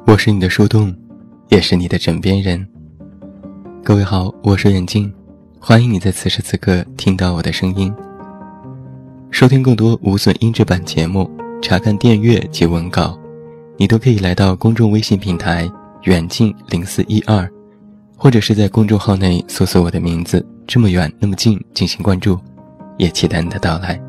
我是你的树洞，也是你的枕边人。各位好，我是远近，欢迎你在此时此刻听到我的声音。收听更多无损音质版节目，查看电阅及文稿，你都可以来到公众微信平台远近0412，或者是在公众号内搜索我的名字这么远那么近进行关注，也期待你的到来。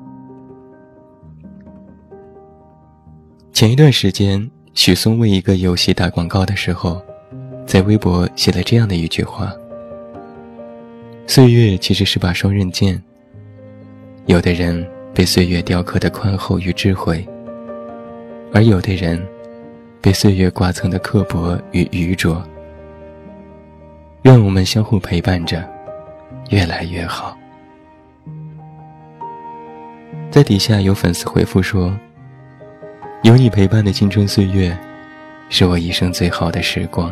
前一段时间，许嵩为一个游戏打广告的时候，在微博写了这样的一句话：岁月其实是把双刃剑，有的人被岁月雕刻的宽厚与智慧，而有的人被岁月刮蹭的刻薄与愚拙。愿我们相互陪伴着，越来越好。在底下有粉丝回复说，有你陪伴的青春岁月，是我一生最好的时光。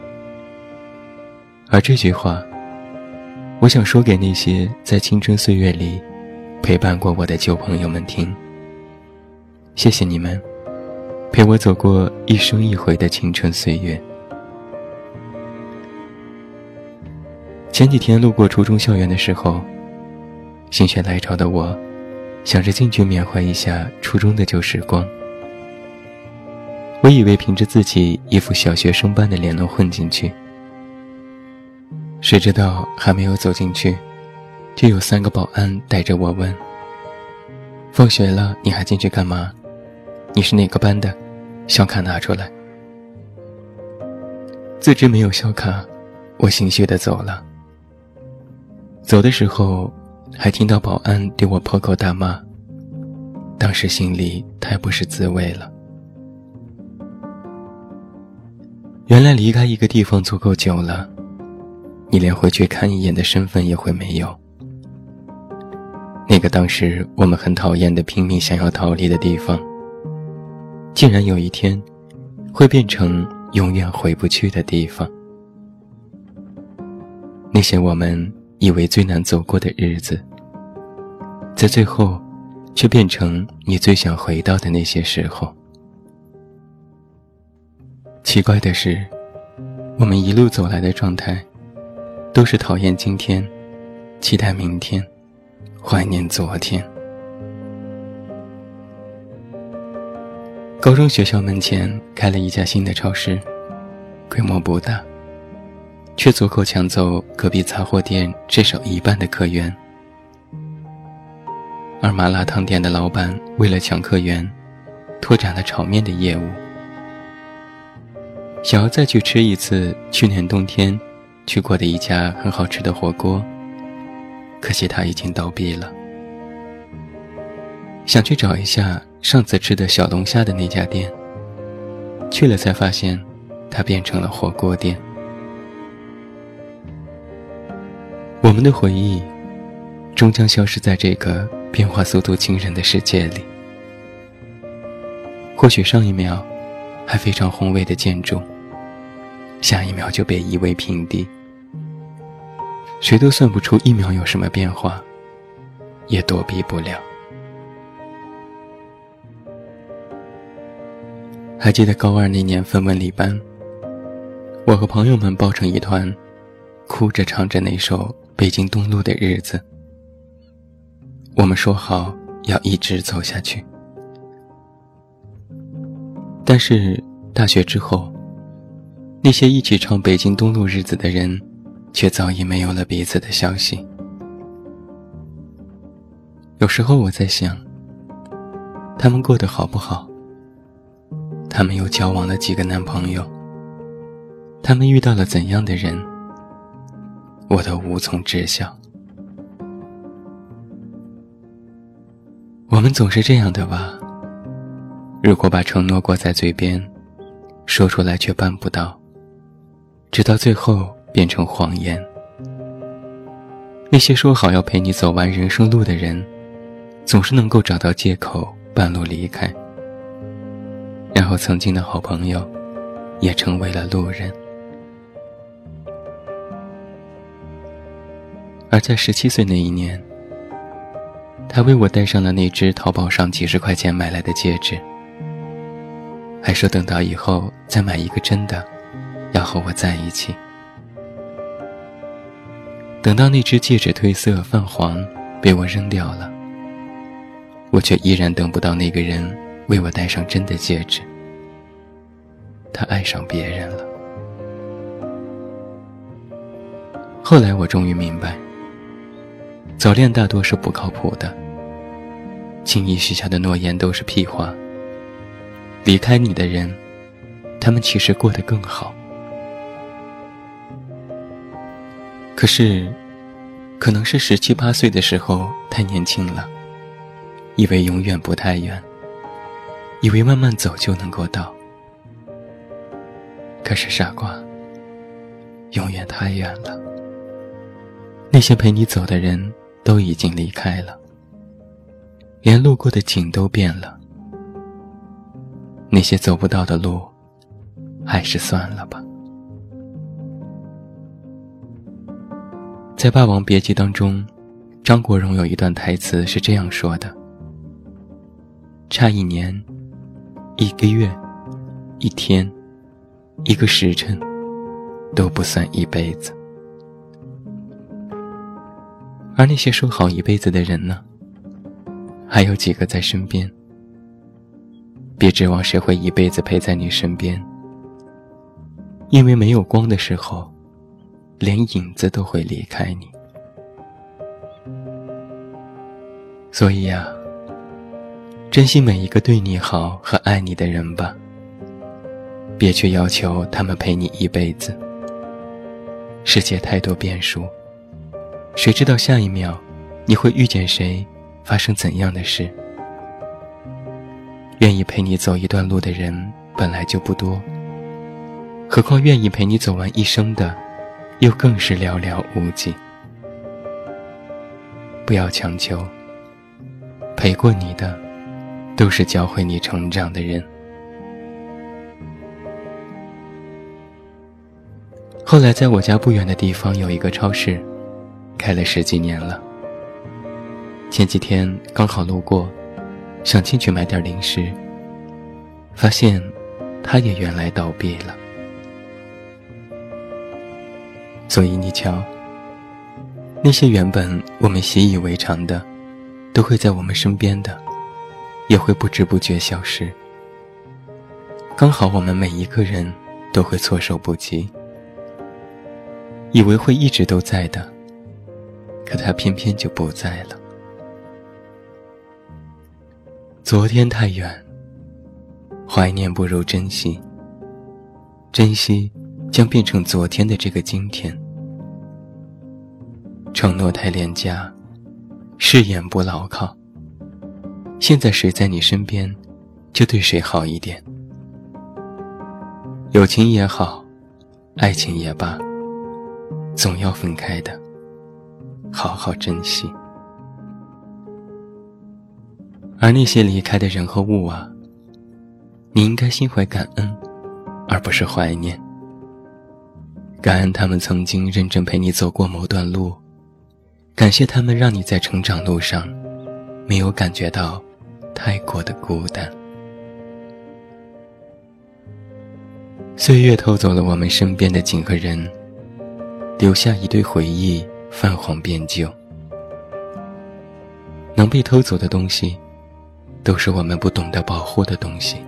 而这句话，我想说给那些在青春岁月里陪伴过我的旧朋友们听。谢谢你们，陪我走过一生一回的青春岁月。前几天路过初中校园的时候，心血来潮的我，想着进去缅怀一下初中的旧时光。我以为凭着自己一副小学生般的脸能混进去，谁知道还没有走进去，就有3个保安带着我问：放学了你还进去干嘛？你是哪个班的？校卡拿出来。自知没有校卡，我心虚地走了。走的时候还听到保安对我破口大骂，当时心里太不是滋味了。原来离开一个地方足够久了，你连回去看一眼的身份也会没有。那个当时我们很讨厌的拼命想要逃离的地方，竟然有一天会变成永远回不去的地方。那些我们以为最难走过的日子，在最后却变成你最想回到的那些时候。奇怪的是，我们一路走来的状态都是讨厌今天，期待明天，怀念昨天。高中学校门前开了一家新的超市，规模不大，却足够抢走隔壁杂货店至少一半的客源。而麻辣烫店的老板为了抢客源，拓展了炒面的业务。想要再去吃一次去年冬天去过的一家很好吃的火锅，可惜它已经倒闭了。想去找一下上次吃的小龙虾的那家店，去了才发现它变成了火锅店。我们的回忆终将消失在这个变化速度惊人的世界里。或许上一秒还非常宏伟的建筑，下一秒就被夷为平地。谁都算不出一秒有什么变化，也躲避不了。还记得高2那年分文理班，我和朋友们抱成一团，哭着唱着那首《北京东路的日子》。我们说好要一直走下去。但是大学之后，那些一起唱北京东路日子的人却早已没有了彼此的消息。有时候我在想，他们过得好不好？他们又交往了几个男朋友？他们遇到了怎样的人？我都无从知晓。我们总是这样的吧，如果把承诺挂在嘴边，说出来却办不到，直到最后变成谎言。那些说好要陪你走完人生路的人，总是能够找到借口半路离开，然后曾经的好朋友也成为了路人。而在17岁那一年，他为我戴上了那只淘宝上几10块钱买来的戒指， 还说等到以后再买一个真的，要和我在一起。等到那只戒指褪色泛黄，被我扔掉了，我却依然等不到那个人为我戴上真的戒指。他爱上别人了。后来我终于明白，早恋大多是不靠谱的，轻易许下的诺言都是屁话。离开你的人，他们其实过得更好。可是，可能是17、18岁的时候太年轻了，以为永远不太远，以为慢慢走就能够到。可是傻瓜，永远太远了。那些陪你走的人都已经离开了，连路过的景都变了。那些走不到的路，还是算了吧。在《霸王别姬》当中，张国荣有一段台词是这样说的：差1年、1个月、1天、1个时辰，都不算一辈子。而那些说好一辈子的人呢？还有几个在身边？别指望谁会一辈子陪在你身边，因为没有光的时候，连影子都会离开你。所以啊，珍惜每一个对你好和爱你的人吧，别去要求他们陪你一辈子。世界太多变数，谁知道下一秒你会遇见谁，发生怎样的事？愿意陪你走一段路的人本来就不多，何况愿意陪你走完一生的，又更是寥寥无几。不要强求，陪过你的，都是教会你成长的人。后来在我家不远的地方有一个超市，开了10几年了。前几天刚好路过，想进去买点零食，发现它也原来倒闭了。所以你瞧，那些原本我们习以为常的，都会在我们身边的，也会不知不觉消失。刚好我们每一个人都会措手不及，以为会一直都在的，可它偏偏就不在了。昨天太远，怀念不如珍惜，珍惜将变成昨天的这个今天。承诺太廉价，誓言不牢靠，现在谁在你身边，就对谁好一点。友情也好，爱情也罢，总要分开的，好好珍惜。而那些离开的人和物啊，你应该心怀感恩，而不是怀念。感恩他们曾经认真陪你走过某段路，感谢他们让你在成长路上没有感觉到太过的孤单。岁月偷走了我们身边的景和人，留下一堆回忆泛黄变旧。能被偷走的东西，都是我们不懂得保护的东西。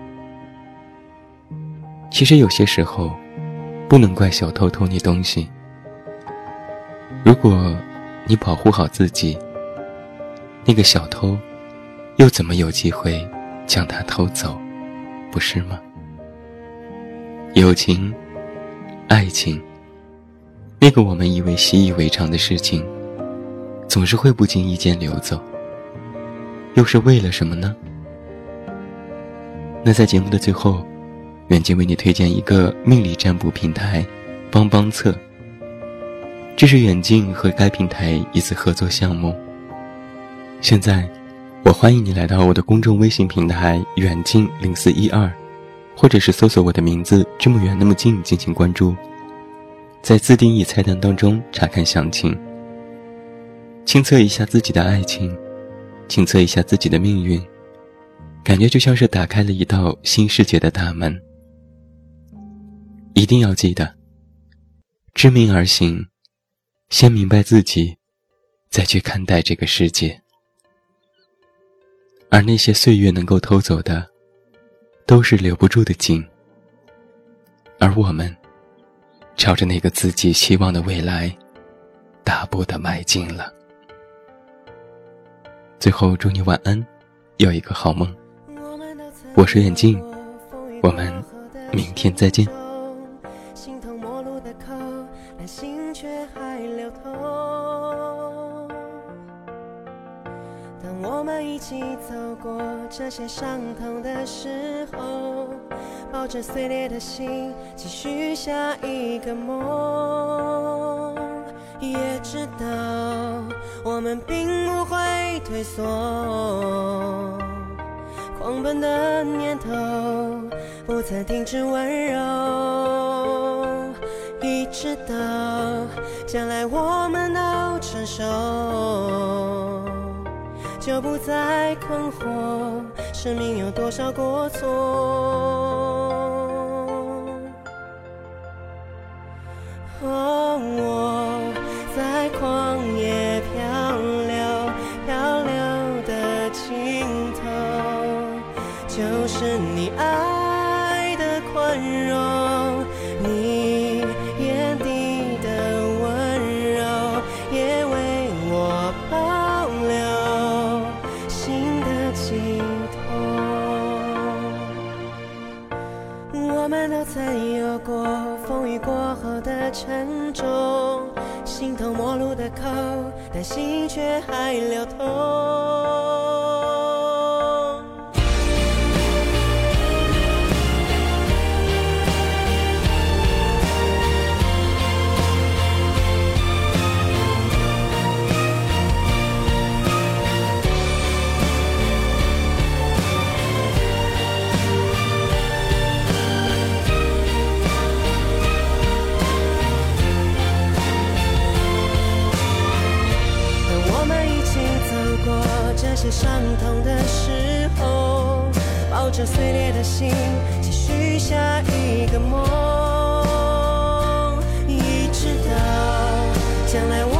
其实有些时候不能怪小偷偷你东西，如果你保护好自己，那个小偷又怎么有机会将它偷走，不是吗？友情、爱情，那个我们以为习以为常的事情，总是会不经意间流走，又是为了什么呢？那在节目的最后，远近为你推荐一个命理占卜平台帮帮测，这是远近和该平台一次合作项目。现在我欢迎你来到我的公众微信平台远近0412，或者是搜索我的名字这么远那么近进行关注，在自定义菜单当中查看详情。清测一下自己的爱情，清测一下自己的命运， 感觉就像是打开了一道新世界的大门。一定要记得，知命而行，先明白自己，再去看待这个世界。而那些岁月能够偷走的，都是留不住的景。而我们，朝着那个自己希望的未来，大步地迈进了。最后祝你晚安，有一个好梦。我是远近，我们明天再见。 心头陌路的口，但心却还流通。当我们一起走过这些伤痛的时候，抱着碎裂的心，继续下一个梦。也知道我们并不会退缩，狂奔的念头不曾停止温柔，一直到将来我们都成熟，就不再困惑生命有多少过错。我在旷野漂流的尽头，就是你爱的宽容，你眼底的温柔，也为我保留新的寄托。我们都曾有过风雨过后的沉重，心头陌路的口，但心却还流通。这些伤痛的时候，抱着碎裂的心，继续下一个梦，一直到将来